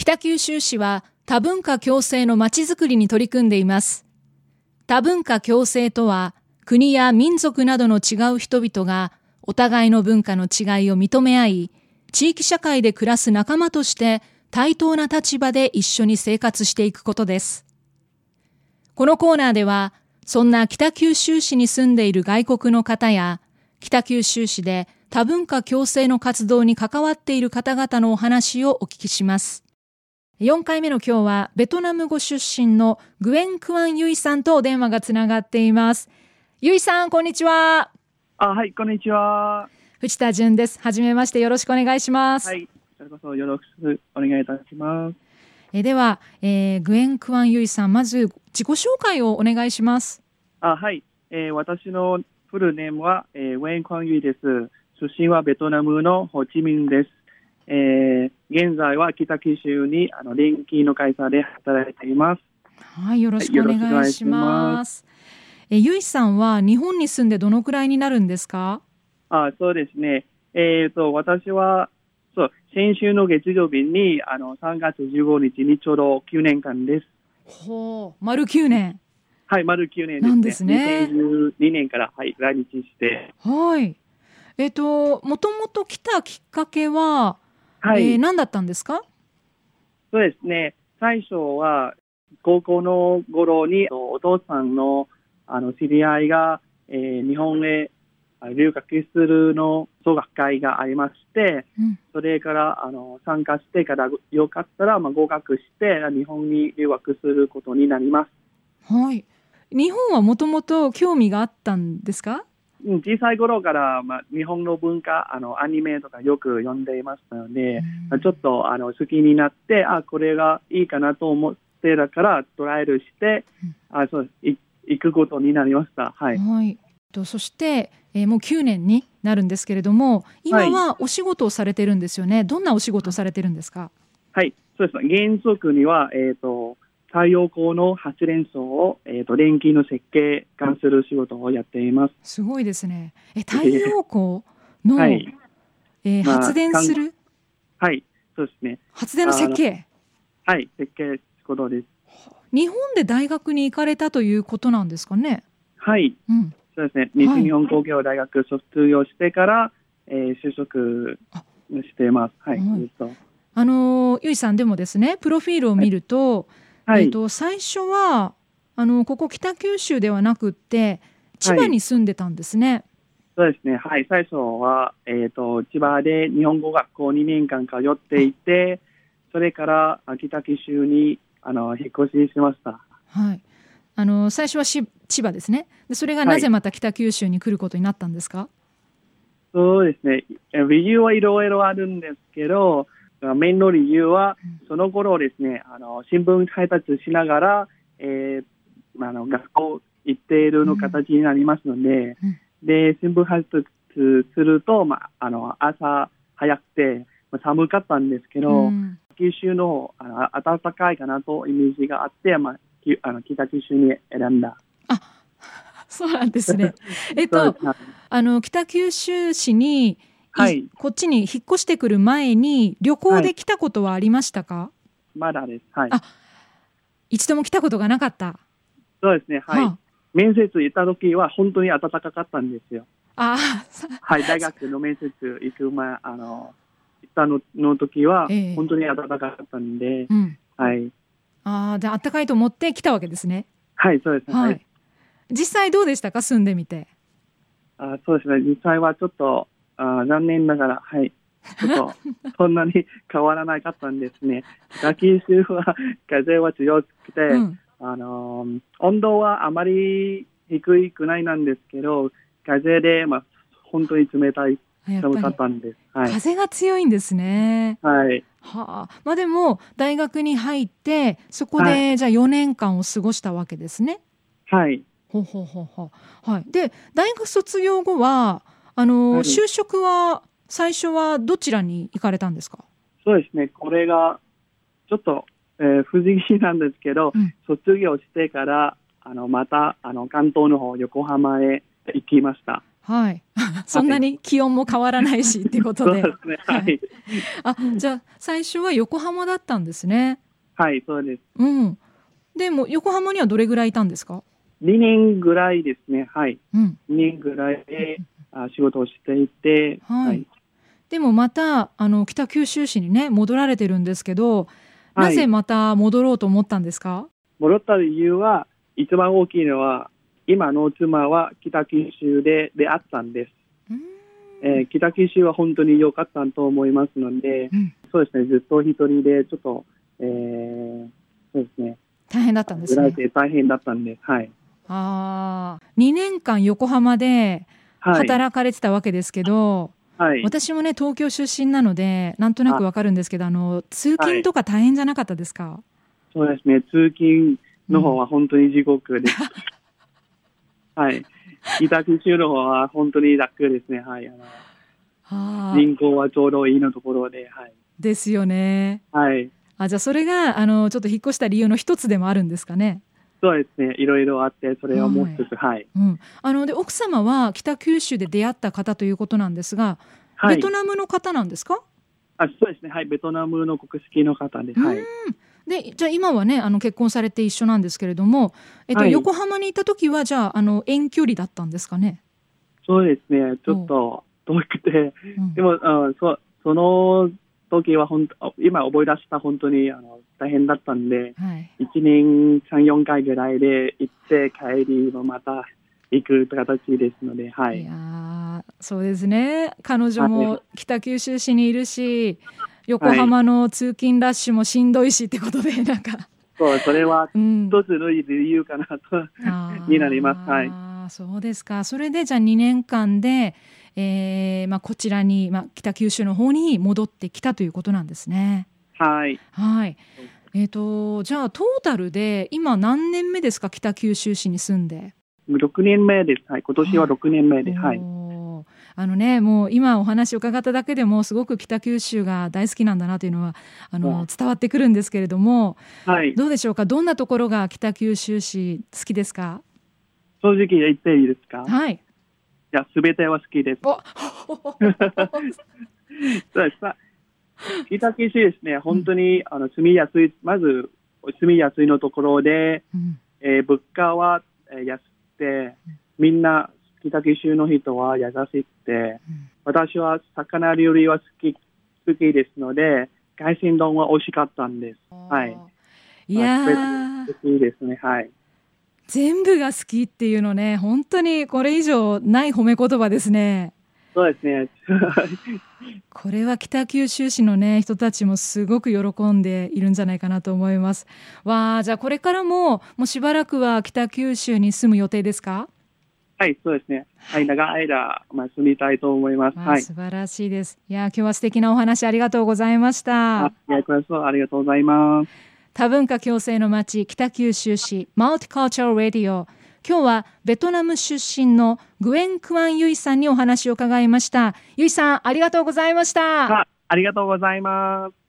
北九州市は多文化共生のまちづくりに取り組んでいます。多文化共生とは、国や民族などの違う人々がお互いの文化の違いを認め合い、地域社会で暮らす仲間として対等な立場で一緒に生活していくことです。このコーナーでは、そんな北九州市に住んでいる外国の方や、北九州市で多文化共生の活動に関わっている方々のお話をお聞きします。4回目の今日は、ベトナム語出身のグエン・クアン・ユイさんとお電話がつながっています。ユイさん、こんにちは。 はい、こんにちは。 藤田純です。はじめまして、よろしくお願いします。 はい、それこそよろしくお願いいたします。 では、グエン・クアン・ユイさん、まず自己紹介をお願いします。 はい、私のフルネームは、グエン・クアン・ユイです。出身はベトナムのホーチミンです。現在は北九州に電気の会社で働いています。 はい、よろしくお願いします。ユイさんは日本に住んでどのくらいになるんですか？ そうですね。私は先週の月曜日に3月15日にちょうど9年間です。 ほう、丸9年。 はい、丸9年ですね。 なんですね。 2012年から、来日して。 はい。もともと来たきっかけは、何だったんですか？ そうですね。最初は高校の頃にお父さんの知り合いが、日本へ留学するの総学会がありまして、それから参加してからよかったら合格して日本に留学することになります。 はい。日本はもともと興味があったんですか？ 小さい頃から、日本の文化アニメとかよく読んでいましたので、ちょっと好きになってこれがいいかなと思ってだからトライアルして、行くことになりました。はい。 はい。そして、もう9年になるんですけれども、今はお仕事をされてるんですよね。どんなお仕事をされてるんですか？ はい、そうです。原則には、太陽光の発電層を、電気の設計関する仕事をやっています。 すごいですね。太陽光の、発電する、 はい、そうですね。 発電の設計。 はい、設計仕事です。 日本で大学に行かれたということなんですかね？ はい、そうですね。西日本工業大学卒業してから、就職しています。はい。 ユイさんでもですね、プロフィールを見ると、最初はここ北九州ではなくって千葉に住んでたんですね。 そうですね。はい。最初は、千葉で日本語学校2年間通っていて、それから北九州に引っ越ししました。 はい。最初は千葉ですね。でそれがなぜまた北九州に来ることになったんですか？ そうですね。理由はいろいろあるんですけど、メインの理由は、その頃ですね、新聞配達しながら、学校行っているの形になりますので、で、新聞配達すると、朝早くて、寒かったんですけど、九州の暖かいかなとイメージがあって、北九州に選んだ。 そうなんですね。北九州市に、こっちに引っ越してくる前に旅行で来たことはありましたか？ まだです。はい。 一度も来たことがなかった。 そうですね。はい。面接行った時は本当に暖かかったんですよ。はい。大学の面接行く前、行ったの時は本当に暖かかったんで、はい。 じゃあ暖かいと思って来たわけですね。 はい、そうですね。はい。 実際どうでしたか、住んでみて？ そうですね。実際はちょっと残念ながら、はい。ちょっとそんなに変わらなかったんですね。北九州は風は強くて、温度はあまり低くないなんですけど、風で、本当に冷たい、寒かったんです。はい、 風が強いんですね。 はい。 でも大学に入ってそこで、じゃあ4年間を過ごしたわけですね。 はい。 で、大学卒業後は就職は最初はどちらに行かれたんですか？ そうですね。これがちょっと、不思議なんですけど、卒業してからまた関東の方横浜へ行きました。 はい。そんなに気温も変わらないしっていうことで。 そうですね。はい。 じゃあ、最初は横浜だったんですね。 はい、そうです。 うん。でも、横浜にはどれぐらいいたんですか 2年ぐらいですね。はい。 うん。 2年ぐらいで仕事をしていて、 はい。でもまた、北九州市にね、戻られてるんですけど、なぜまた戻ろうと思ったんですか？ 戻った理由は、一番大きいのは、今の妻は北九州で出会ったんです。北九州は本当に良かったと思いますので、そうですね、ずっと一人でちょっと、そうですね。 大変だったんですね。 大変だったんです。はい。 2年間横浜で働かれてたわけですけど、 はい、 私もね、東京出身なので、なんとなくわかるんですけど、通勤とか大変じゃなかったですか？ そうですね、通勤の方は本当に地獄です。はい。北九州の方は本当に楽ですね。はい。人口はちょうどいいのところで、はい。 ですよね。 はい。 じゃあそれが、ちょっと引っ越した理由の一つでもあるんですかね。 そうですね。いろいろあって、それはもう一つ、はい。 で、奥様は北九州で出会った方ということなんですが、はい、ベトナムの方なんですか？ そうですね。はい。ベトナムの国籍の方で、はい。 で、じゃあ今はね、結婚されて一緒なんですけれども、横浜にいた時は、じゃあ、遠距離だったんですかね？ そうですね。ちょっと遠くて、でも、その時は今思い出した本当に大変だったんで、1年3、4回ぐらいで行って帰りもまた行く形ですので、はい。 いやそうですね。彼女も北九州市にいるし、横浜の通勤ラッシュもしんどいしってことで、なんか。 それは一つの理由かなと、になります。はい。 そうですか。それでじゃあ2年間で、こちらに、北九州の方に戻ってきたということなんですね。 はい。 はい。じゃあトータルで今何年目ですか、北九州市に住んで。 6年目です。はい。今年は6年目で、はい。 もう今お話を伺っただけでもすごく北九州が大好きなんだなというのは伝わってくるんですけれども、はい、どうでしょうか、どんなところが北九州市好きですか？ 正直言っていいですか？ はい。いや、すべては好きです。そうです。北九州ですね、本当に住みやすい、まず住みやすいのところで、物価は安くて、みんな北九州の人は優しくて、私は魚料理は好きですので、海鮮丼は美味しかったんです。はい。 いやー、 好きですね。はい。 全部が好きっていうのね、本当にこれ以上ない褒め言葉ですね。 そうですね。 これは北九州市のね、人たちもすごく喜んでいるんじゃないかなと思います。じゃあこれからもしばらくは北九州に住む予定ですか？ はい、そうですね。はい、長い間、住みたいと思います。はい。 素晴らしいです。いや、今日は素敵なお話ありがとうございました。 これそうありがとうございます。 多文化共生の街、北九州市、マルティカルチャルラディオ。今日はベトナム出身のグエン・クアン・ユイさんにお話を伺いました。ユイさん、ありがとうございました。 ありがとうございます。